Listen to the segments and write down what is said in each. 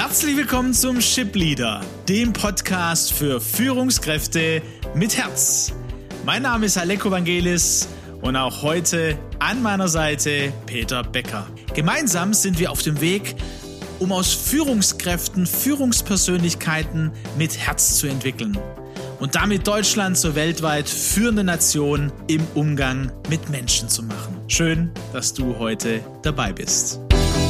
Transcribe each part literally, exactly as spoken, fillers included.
Herzlich willkommen zum Ship Leader, dem Podcast für Führungskräfte mit Herz. Mein Name ist Aleko Vangelis und auch heute an meiner Seite Peter Becker. Gemeinsam sind wir auf dem Weg, um aus Führungskräften Führungspersönlichkeiten mit Herz zu entwickeln und damit Deutschland zur weltweit führenden Nation im Umgang mit Menschen zu machen. Schön, dass du heute dabei bist.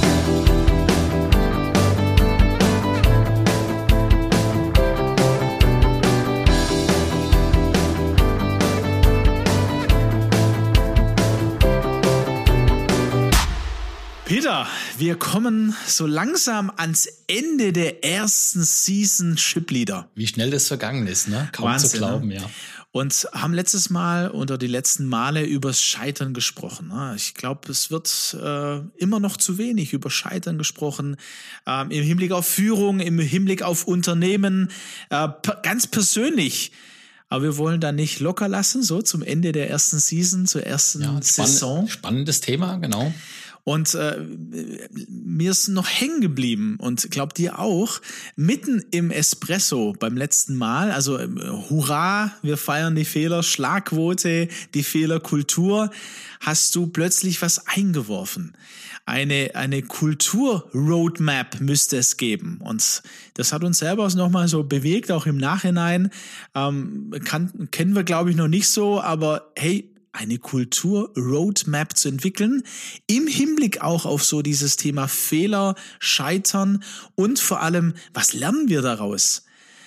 Peter, wir kommen so langsam ans Ende der ersten Season Ship Leader. Wie schnell das vergangen ist, ne? Kaum Wahnsinn, zu glauben, ne? ja. Und haben letztes Mal oder die letzten Male übers Scheitern gesprochen. Ich glaube, es wird äh, immer noch zu wenig über Scheitern gesprochen. Ähm, im Hinblick auf Führung, im Hinblick auf Unternehmen, äh, ganz persönlich. Aber wir wollen da nicht locker lassen, so zum Ende der ersten Season, zur ersten ja, Saison. Spann- spannendes Thema, genau. Und äh, mir ist noch hängen geblieben und glaub dir auch, mitten im Espresso beim letzten Mal, also äh, hurra, wir feiern die Fehler, Schlagquote, die Fehlerkultur, hast du plötzlich was eingeworfen. Eine, eine Kultur-Roadmap müsste es geben. Und das hat uns selber nochmal so bewegt, auch im Nachhinein. Ähm, kann, kennen wir, glaube ich, noch nicht so, aber hey, eine Kultur-Roadmap zu entwickeln, im Hinblick auch auf so dieses Thema Fehler, Scheitern und vor allem, was lernen wir daraus?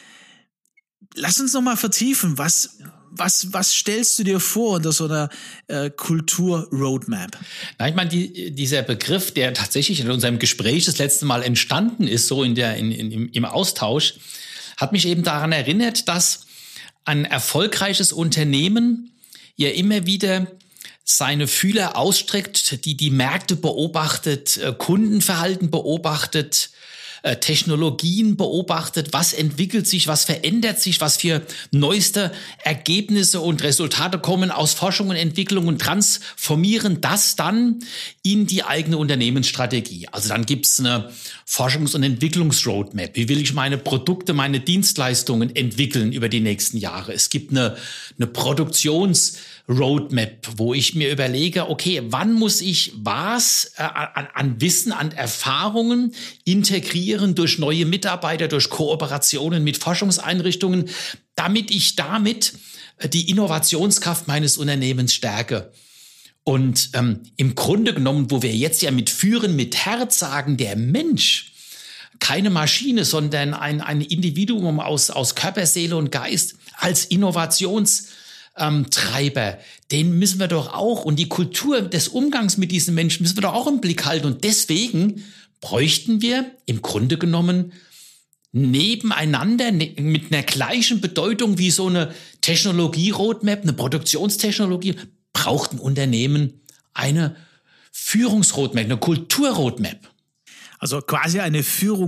Lass uns nochmal vertiefen, was, was, was stellst du dir vor unter so einer äh, Kultur-Roadmap? Na, ich meine, die, dieser Begriff, der tatsächlich in unserem Gespräch das letzte Mal entstanden ist, so in der, in, in, im Austausch, hat mich eben daran erinnert, dass ein erfolgreiches Unternehmen ja immer wieder seine Fühler ausstreckt, die die Märkte beobachtet, Kundenverhalten beobachtet, Technologien beobachtet, was entwickelt sich, was verändert sich, was für neueste Ergebnisse und Resultate kommen aus Forschung und Entwicklung und transformieren das dann in die eigene Unternehmensstrategie. Also dann gibt's eine Forschungs- und Entwicklungsroadmap. Wie will ich meine Produkte, meine Dienstleistungen entwickeln über die nächsten Jahre? Es gibt eine, eine Produktions- Roadmap, wo ich mir überlege, okay, wann muss ich was äh, an, an Wissen, an Erfahrungen integrieren durch neue Mitarbeiter, durch Kooperationen mit Forschungseinrichtungen, damit ich damit äh, die Innovationskraft meines Unternehmens stärke. Und ähm, im Grunde genommen, wo wir jetzt ja mit Führen, mit Herz sagen, der Mensch, keine Maschine, sondern ein, ein Individuum aus, aus Körper, Seele und Geist als Innovations Ähm, Treiber, den müssen wir doch auch, und die Kultur des Umgangs mit diesen Menschen müssen wir doch auch im Blick halten. Und deswegen bräuchten wir im Grunde genommen nebeneinander, ne, mit einer gleichen Bedeutung wie so eine Technologie-Roadmap, eine Produktionstechnologie, braucht ein Unternehmen eine Führungsroadmap, eine Kultur-Roadmap. Also quasi eine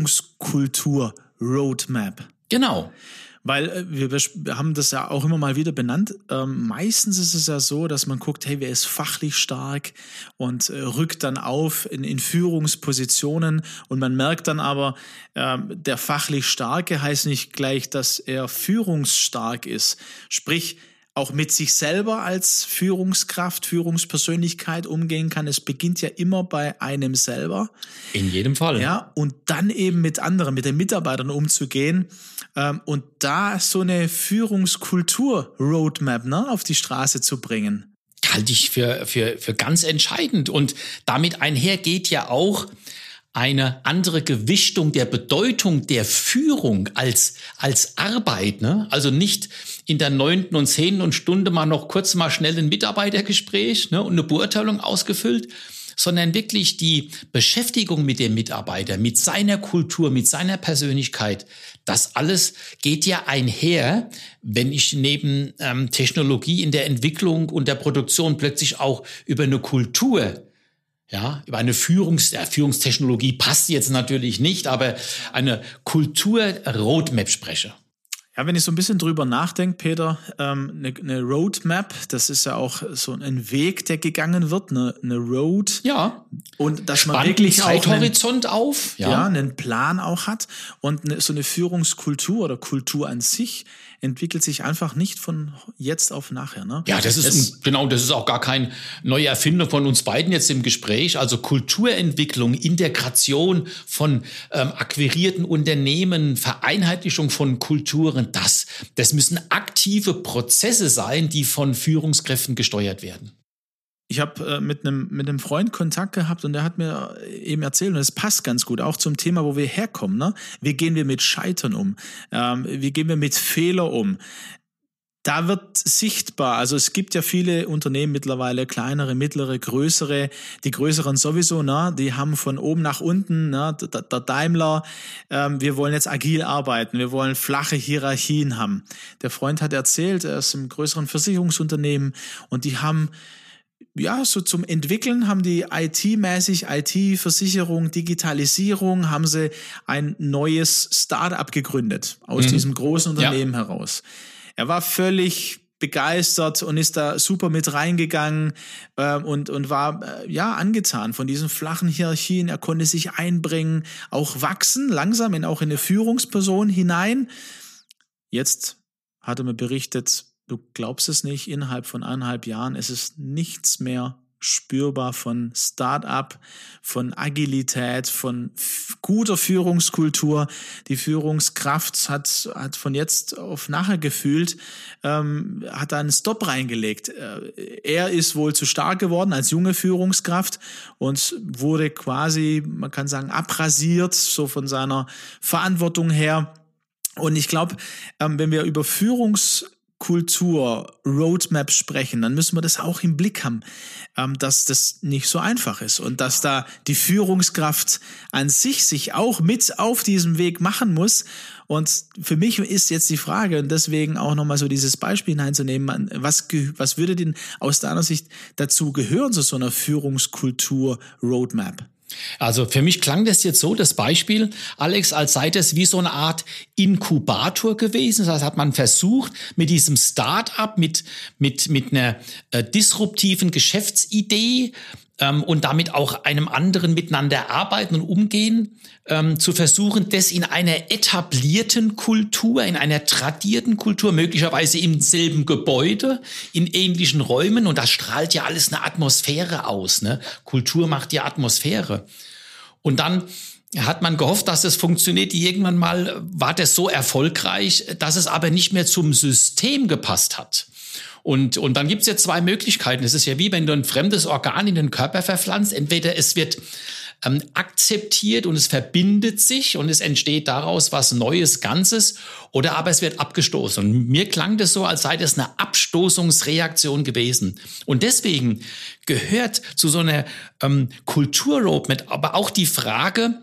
Führungskultur-Roadmap. Genau. Weil äh, wir, wir haben das ja auch immer mal wieder benannt. Ähm, meistens ist es ja so, dass man guckt, hey, wer ist fachlich stark und äh, rückt dann auf in, in Führungspositionen. Und man merkt dann aber, äh, der fachlich Starke heißt nicht gleich, dass er führungsstark ist. Sprich, auch mit sich selber als Führungskraft, Führungspersönlichkeit umgehen kann. Es beginnt ja immer bei einem selber. In jedem Fall. Ja, und dann eben mit anderen, mit den Mitarbeitern umzugehen ähm, und da so eine Führungskultur-Roadmap, ne, auf die Straße zu bringen. Halte ich für, für, für ganz entscheidend. Und damit einhergeht ja auch eine andere Gewichtung der Bedeutung der Führung als, als Arbeit, ne? Also nicht in der neunten und zehnten Stunde mal noch kurz mal schnell ein Mitarbeitergespräch, ne, und eine Beurteilung ausgefüllt, sondern wirklich die Beschäftigung mit dem Mitarbeiter, mit seiner Kultur, mit seiner Persönlichkeit. Das alles geht ja einher, wenn ich neben ähm, Technologie in der Entwicklung und der Produktion plötzlich auch über eine Kultur, ja, über eine Führungs- äh, Führungstechnologie passt jetzt natürlich nicht, aber eine Kultur-Roadmap spreche. Ja, wenn ich so ein bisschen drüber nachdenke, Peter, ähm, eine, eine Roadmap, das ist ja auch so ein Weg, der gegangen wird, eine, eine Road. Ja. Und dass man Spannenden wirklich auch Zeithorizont einen, auf. Ja. Ja. einen Plan auch hat. Und eine, so eine Führungskultur oder Kultur an sich entwickelt sich einfach nicht von jetzt auf nachher. Ne? Ja, das ist es, genau, das ist auch gar keine neue Erfindung von uns beiden jetzt im Gespräch. Also Kulturentwicklung, Integration von ähm, akquirierten Unternehmen, Vereinheitlichung von Kulturen, das, das müssen aktive Prozesse sein, die von Führungskräften gesteuert werden. Ich habe äh, mit einem mit einem Freund Kontakt gehabt und der hat mir eben erzählt, und es passt ganz gut, auch zum Thema, wo wir herkommen. Ne? Wie gehen wir mit Scheitern um? Ähm, wie gehen wir mit Fehler um? Da wird sichtbar, also es gibt ja viele Unternehmen mittlerweile, kleinere, mittlere, größere, die größeren sowieso, ne, die haben von oben nach unten, ne, der, der Daimler, ähm, wir wollen jetzt agil arbeiten, wir wollen flache Hierarchien haben. Der Freund hat erzählt, er ist im größeren Versicherungsunternehmen und die haben ja, so zum Entwickeln haben die I T-mäßig, I T-Versicherung, Digitalisierung, haben sie ein neues Start-up gegründet aus mhm. diesem großen Unternehmen ja. heraus. Er war völlig begeistert und ist da super mit reingegangen äh, und, und war äh, ja angetan von diesen flachen Hierarchien. Er konnte sich einbringen, auch wachsen, langsam in, auch in eine Führungsperson hinein. Jetzt hat er mir berichtet, du glaubst es nicht, innerhalb von eineinhalb Jahren ist es nichts mehr spürbar von Start-up, von Agilität, von f- guter Führungskultur. Die Führungskraft hat, hat von jetzt auf nachher gefühlt, ähm, hat da einen Stopp reingelegt. Äh, er ist wohl zu stark geworden als junge Führungskraft und wurde quasi, man kann sagen, abrasiert, so von seiner Verantwortung her. Und ich glaube, ähm, wenn wir über Führungs Kultur, Roadmap sprechen, dann müssen wir das auch im Blick haben, dass das nicht so einfach ist und dass da die Führungskraft an sich sich auch mit auf diesem Weg machen muss. Und für mich ist jetzt die Frage, und deswegen auch nochmal so dieses Beispiel hineinzunehmen, was, was würde denn aus deiner Sicht dazu gehören, zu so einer Führungskultur Roadmap? Also für mich klang das jetzt so, das Beispiel, Alex, als sei das wie so eine Art Inkubator gewesen. Das heißt, hat man versucht, mit diesem Start-up, mit, mit, mit einer äh, disruptiven Geschäftsidee ähm, und damit auch einem anderen miteinander arbeiten und umgehen, ähm, zu versuchen, das in einer etablierten Kultur, in einer tradierten Kultur, möglicherweise im selben Gebäude, in ähnlichen Räumen, und das strahlt ja alles eine Atmosphäre aus, ne? Kultur macht ja Atmosphäre. Und dann hat man gehofft, dass es funktioniert. Irgendwann mal war das so erfolgreich, dass es aber nicht mehr zum System gepasst hat. Und, und dann gibt's ja zwei Möglichkeiten. Es ist ja wie, wenn du ein fremdes Organ in den Körper verpflanzt. Entweder es wird ähm, akzeptiert und es verbindet sich und es entsteht daraus was Neues, Ganzes, oder aber es wird abgestoßen. Und mir klang das so, als sei das eine Abstoßungsreaktion gewesen. Und deswegen gehört zu so einer ähm, Kulturroadmap aber auch die Frage,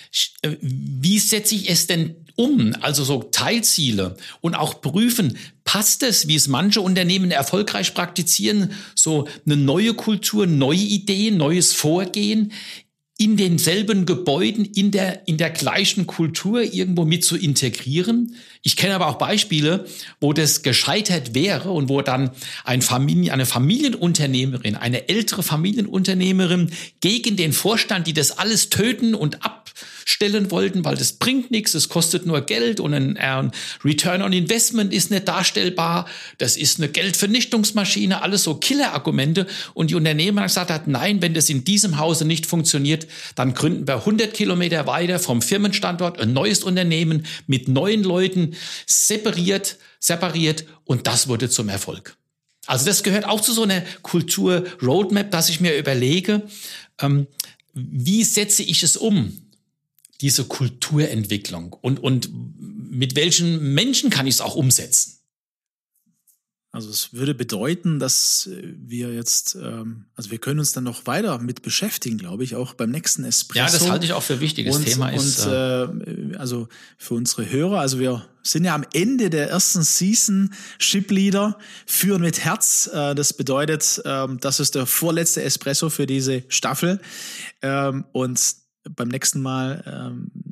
wie setze ich es denn um? Also so Teilziele und auch prüfen, passt es, wie es manche Unternehmen erfolgreich praktizieren, so eine neue Kultur, neue Ideen, neues Vorgehen in denselben Gebäuden, in der, in der gleichen Kultur irgendwo mit zu integrieren. Ich kenne aber auch Beispiele, wo das gescheitert wäre und wo dann ein Familie, eine Familienunternehmerin, eine ältere Familienunternehmerin gegen den Vorstand, die das alles töten und abstellen wollten, weil das bringt nichts, es kostet nur Geld und ein, ein Return on Investment ist nicht darstellbar, das ist eine Geldvernichtungsmaschine, alles so Killerargumente. Und die Unternehmerin gesagt hat, nein, wenn das in diesem Hause nicht funktioniert, dann gründen wir hundert Kilometer weiter vom Firmenstandort ein neues Unternehmen mit neuen Leuten, separiert, separiert, und das wurde zum Erfolg. Also das gehört auch zu so einer Kultur-Roadmap, dass ich mir überlege, ähm, wie setze ich es um, diese Kulturentwicklung, und, und mit welchen Menschen kann ich es auch umsetzen? Also es würde bedeuten, dass wir jetzt, ähm, also wir können uns dann noch weiter mit beschäftigen, glaube ich, auch beim nächsten Espresso. Ja, das halte ich auch für ein wichtiges und, Thema. Ist, und äh, also für unsere Hörer, also wir sind ja am Ende der ersten Season Shipleader, führen mit Herz. Äh, das bedeutet, ähm, das ist der vorletzte Espresso für diese Staffel. Ähm, und beim nächsten Mal ähm,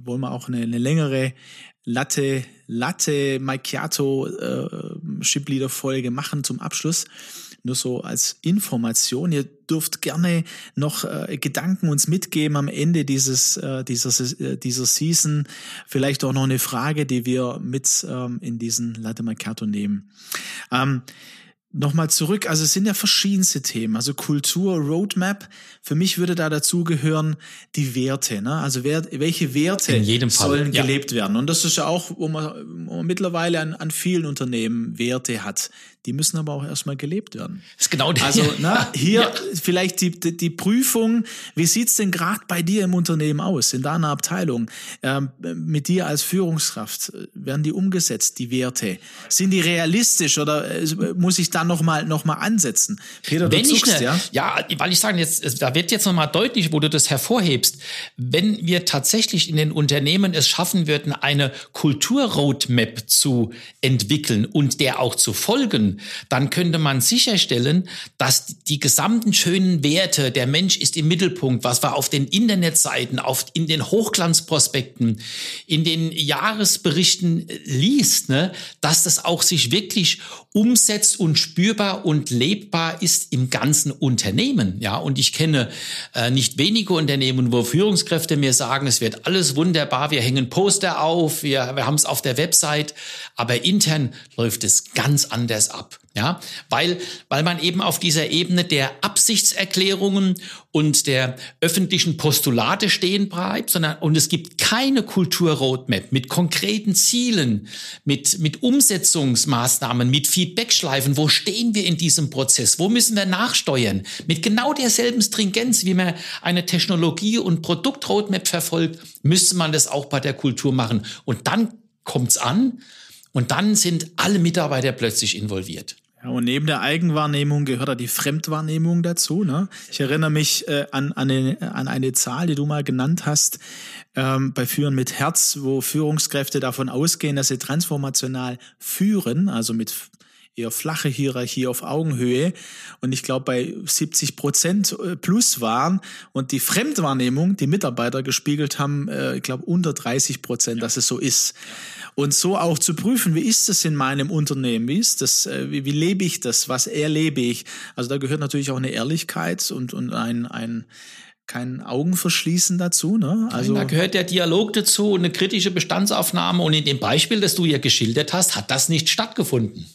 wollen wir auch eine, eine längere Latte, Latte Macchiato äh, Shipleader-Folge machen zum Abschluss. Nur so als Information. Ihr dürft gerne noch äh, Gedanken uns mitgeben am Ende dieses äh, dieser, äh, dieser Season. Vielleicht auch noch eine Frage, die wir mit ähm, in diesen Latte Macchiato nehmen. Ähm, Nochmal zurück, also es sind ja verschiedenste Themen, also Kultur, Roadmap, für mich würde da dazugehören die Werte, ne? Also wer, welche Werte sollen ja. gelebt werden, und das ist ja auch, wo man, wo man mittlerweile an, an vielen Unternehmen Werte hat, die müssen aber auch erstmal gelebt werden. Das ist genau der. Also ne, hier ja. vielleicht die, die, die Prüfung, wie sieht's denn gerade bei dir im Unternehmen aus, in deiner Abteilung, ähm, mit dir als Führungskraft, werden die umgesetzt, die Werte? Sind die realistisch oder äh, muss ich da noch mal, noch mal ansetzen? Peter, du wenn zuckst, ich ne, ja? Ja, weil ich sage jetzt, da wird jetzt noch mal deutlich, wo du das hervorhebst, wenn wir tatsächlich in den Unternehmen es schaffen würden, eine Kultur-Roadmap zu entwickeln und der auch zu folgen, dann könnte man sicherstellen, dass die gesamten schönen Werte, der Mensch ist im Mittelpunkt, was wir auf den Internetseiten, auf, in den Hochglanzprospekten, in den Jahresberichten liest, ne, dass das auch sich wirklich umsetzt und spürbar und lebbar ist im ganzen Unternehmen. Ja, und ich kenne äh, nicht wenige Unternehmen, wo Führungskräfte mir sagen, es wird alles wunderbar, wir hängen Poster auf, wir, wir haben es auf der Website, aber intern läuft es ganz anders ab. Ja, weil, weil man eben auf dieser Ebene der Absichtserklärungen und der öffentlichen Postulate stehen bleibt, sondern, und es gibt keine Kultur-Roadmap mit konkreten Zielen, mit, mit Umsetzungsmaßnahmen, mit Feedbackschleifen. Wo stehen wir in diesem Prozess? Wo müssen wir nachsteuern? Mit genau derselben Stringenz, wie man eine Technologie- und Produkt-Roadmap verfolgt, müsste man das auch bei der Kultur machen. Und dann kommt's an. Und dann sind alle Mitarbeiter plötzlich involviert. Ja, und neben der Eigenwahrnehmung gehört auch die Fremdwahrnehmung dazu, ne? Ich erinnere mich äh, an, an, eine, an eine Zahl, die du mal genannt hast, ähm, bei Führen mit Herz, wo Führungskräfte davon ausgehen, dass sie transformational führen, also mit eher flache Hierarchie auf Augenhöhe, und ich glaube bei siebzig Prozent plus waren und die Fremdwahrnehmung, die Mitarbeiter gespiegelt haben, äh, ich glaube unter dreißig Prozent, ja. dass es so ist. Und so auch zu prüfen, wie ist das in meinem Unternehmen, wie ist das, äh, wie, wie lebe ich das, was erlebe ich? Also da gehört natürlich auch eine Ehrlichkeit und, und ein, ein kein Augenverschließen dazu, ne? Also da gehört der Dialog dazu und eine kritische Bestandsaufnahme, und in dem Beispiel, das du ja geschildert hast, hat das nicht stattgefunden.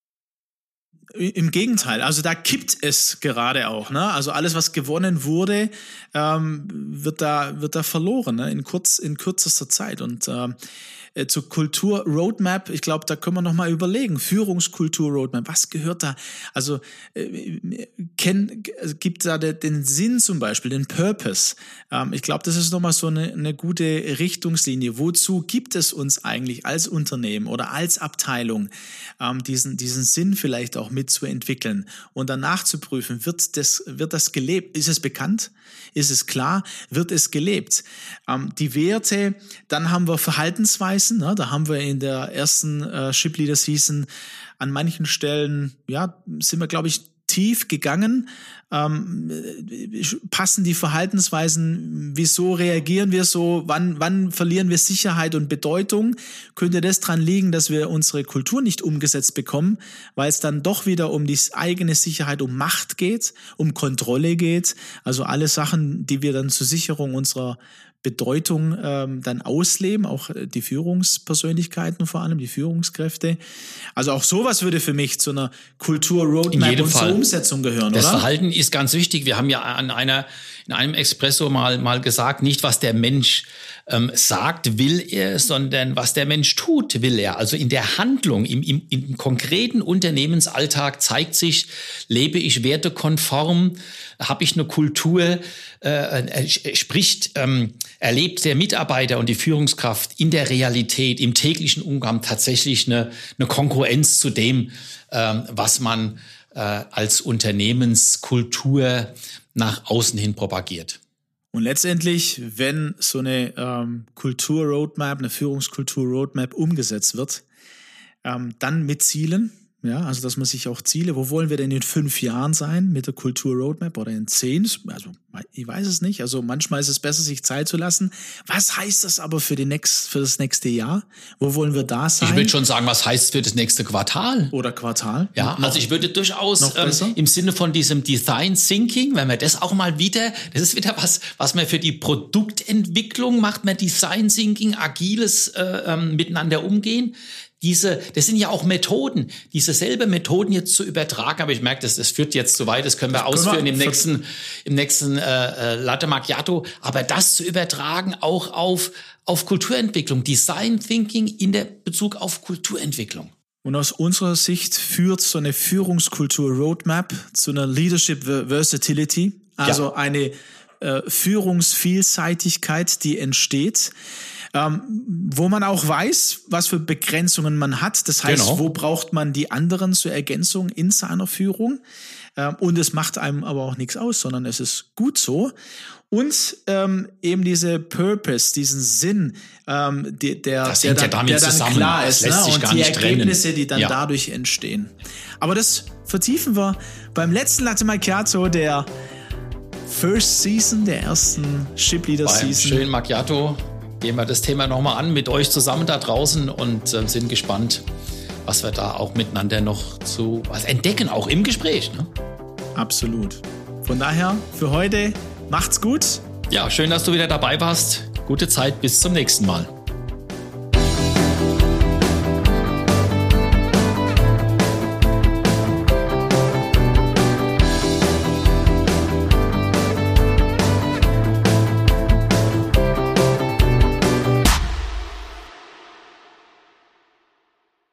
Im Gegenteil, also da kippt es gerade auch, ne? Also alles, was gewonnen wurde, ähm, wird da wird da verloren, ne? In kurz in kürzester Zeit. Und äh, zur Kultur-Roadmap, ich glaube, da können wir noch mal überlegen. Führungskultur-Roadmap, was gehört da? Also äh, kenn, gibt da de, den Sinn zum Beispiel, den Purpose. Ähm, ich glaube, das ist noch mal so eine, eine gute Richtungslinie. Wozu gibt es uns eigentlich als Unternehmen oder als Abteilung, ähm, diesen diesen Sinn vielleicht auch mitzuentwickeln und danach zu prüfen, wird das wird das gelebt? Ist es bekannt? Ist es klar? Wird es gelebt? Ähm, die Werte, dann haben wir Verhaltensweisen. Ne? Da haben wir in der ersten äh, Shipleader Season an manchen Stellen, ja, sind wir, glaube ich, tief gegangen. Ähm, passen die Verhaltensweisen? Wieso reagieren wir so? Wann, wann verlieren wir Sicherheit und Bedeutung? Könnte das dran liegen, dass wir unsere Kultur nicht umgesetzt bekommen, weil es dann doch wieder um die eigene Sicherheit, um Macht geht, um Kontrolle geht? Also alle Sachen, die wir dann zur Sicherung unserer Bedeutung ähm, dann ausleben, auch die Führungspersönlichkeiten vor allem, die Führungskräfte. Also auch sowas würde für mich zu einer Kultur-Roadmap und zur Umsetzung gehören, das oder? Das Verhalten ist ganz wichtig. Wir haben ja an einer, in einem Expresso mal, mal gesagt, nicht was der Mensch ähm, sagt, will er, sondern was der Mensch tut, will er. Also in der Handlung, im, im, im konkreten Unternehmensalltag zeigt sich, lebe ich wertekonform, habe ich eine Kultur, äh, spricht, ähm, erlebt der Mitarbeiter und die Führungskraft in der Realität, im täglichen Umgang tatsächlich eine, eine Konkurrenz zu dem, ähm, was man äh, als Unternehmenskultur nach außen hin propagiert. Und letztendlich, wenn so eine ähm, Kultur-Roadmap, eine Führungskultur-Roadmap umgesetzt wird, ähm, dann mit Zielen, Ja, also dass man sich auch Ziele, wo wollen wir denn in fünf Jahren sein mit der Kultur-Roadmap oder in zehn? Also ich weiß es nicht. Also manchmal ist es besser, sich Zeit zu lassen. Was heißt das aber für, die next, für das nächste Jahr? Wo wollen wir da sein? Ich würde schon sagen, was heißt für das nächste Quartal? Oder Quartal? Ja, noch, also ich würde durchaus ähm, im Sinne von diesem Design Thinking, wenn man das auch mal wieder, das ist wieder was, was man für die Produktentwicklung macht, man Design Thinking, agiles äh, ähm, Miteinander umgehen. Diese, das sind ja auch Methoden, diese selbe Methoden jetzt zu übertragen, aber ich merke, das, das führt jetzt zu weit, das können wir das ausführen können wir im nächsten, im nächsten äh, Latte Macchiato, aber das zu übertragen auch auf, auf Kulturentwicklung, Design Thinking in der Bezug auf Kulturentwicklung. Und aus unserer Sicht führt so eine Führungskultur-Roadmap zu einer Leadership Versatility, also ja. eine äh, Führungsvielseitigkeit, die entsteht. Ähm, wo man auch weiß, was für Begrenzungen man hat. Das heißt, genau. wo braucht man die anderen zur Ergänzung in seiner Führung? Ähm, und es macht einem aber auch nichts aus, sondern es ist gut so. Und ähm, eben diese Purpose, diesen Sinn, ähm, die, der, das der, hängt dann, ja der dann zusammen. klar das ist. lässt Ne? sich und gar die nicht Ergebnisse, trennen. die dann ja. dadurch entstehen. Aber das vertiefen wir beim letzten Latte Macchiato der First Season, der ersten Ship Leader beim Season. Schönen Macchiato gehen wir das Thema nochmal an mit euch zusammen da draußen und äh, sind gespannt, was wir da auch miteinander noch zu was entdecken, auch im Gespräch. Ne? Absolut. Von daher, für heute, macht's gut. Ja, schön, dass du wieder dabei warst. Gute Zeit, bis zum nächsten Mal.